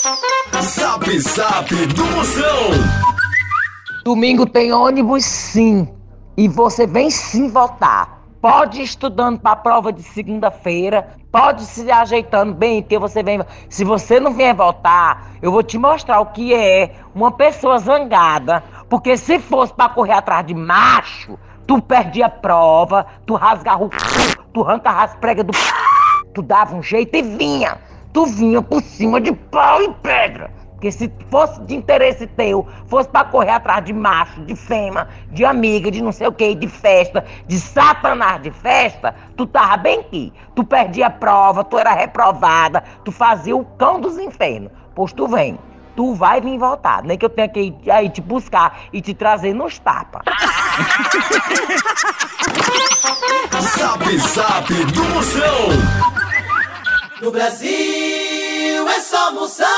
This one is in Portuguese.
Zap Zap do Moção. Domingo tem ônibus sim, e você vem sim votar. Pode ir estudando para a prova de segunda-feira, pode se ajeitando bem, que você vem. Se você não vier votar, eu vou te mostrar o que é uma pessoa zangada. Porque se fosse para correr atrás de macho, tu perdia a prova, tu rasgava o c... tu arrancava as pregas do c... tu dava um jeito e vinha. Tu vinha por cima de pau e pedra. Porque se fosse de interesse teu, fosse pra correr atrás de macho, de fêmea, de amiga, de não sei o que, de festa, de satanás de festa, tu tava bem aqui. Tu perdia a prova, tu era reprovada, tu fazia o cão dos infernos. Pois tu vem, tu vai vir voltar. Nem que eu tenha que ir aí te buscar e te trazer nos tapas. Zap Zap do Moção. No Brasil é só Moção.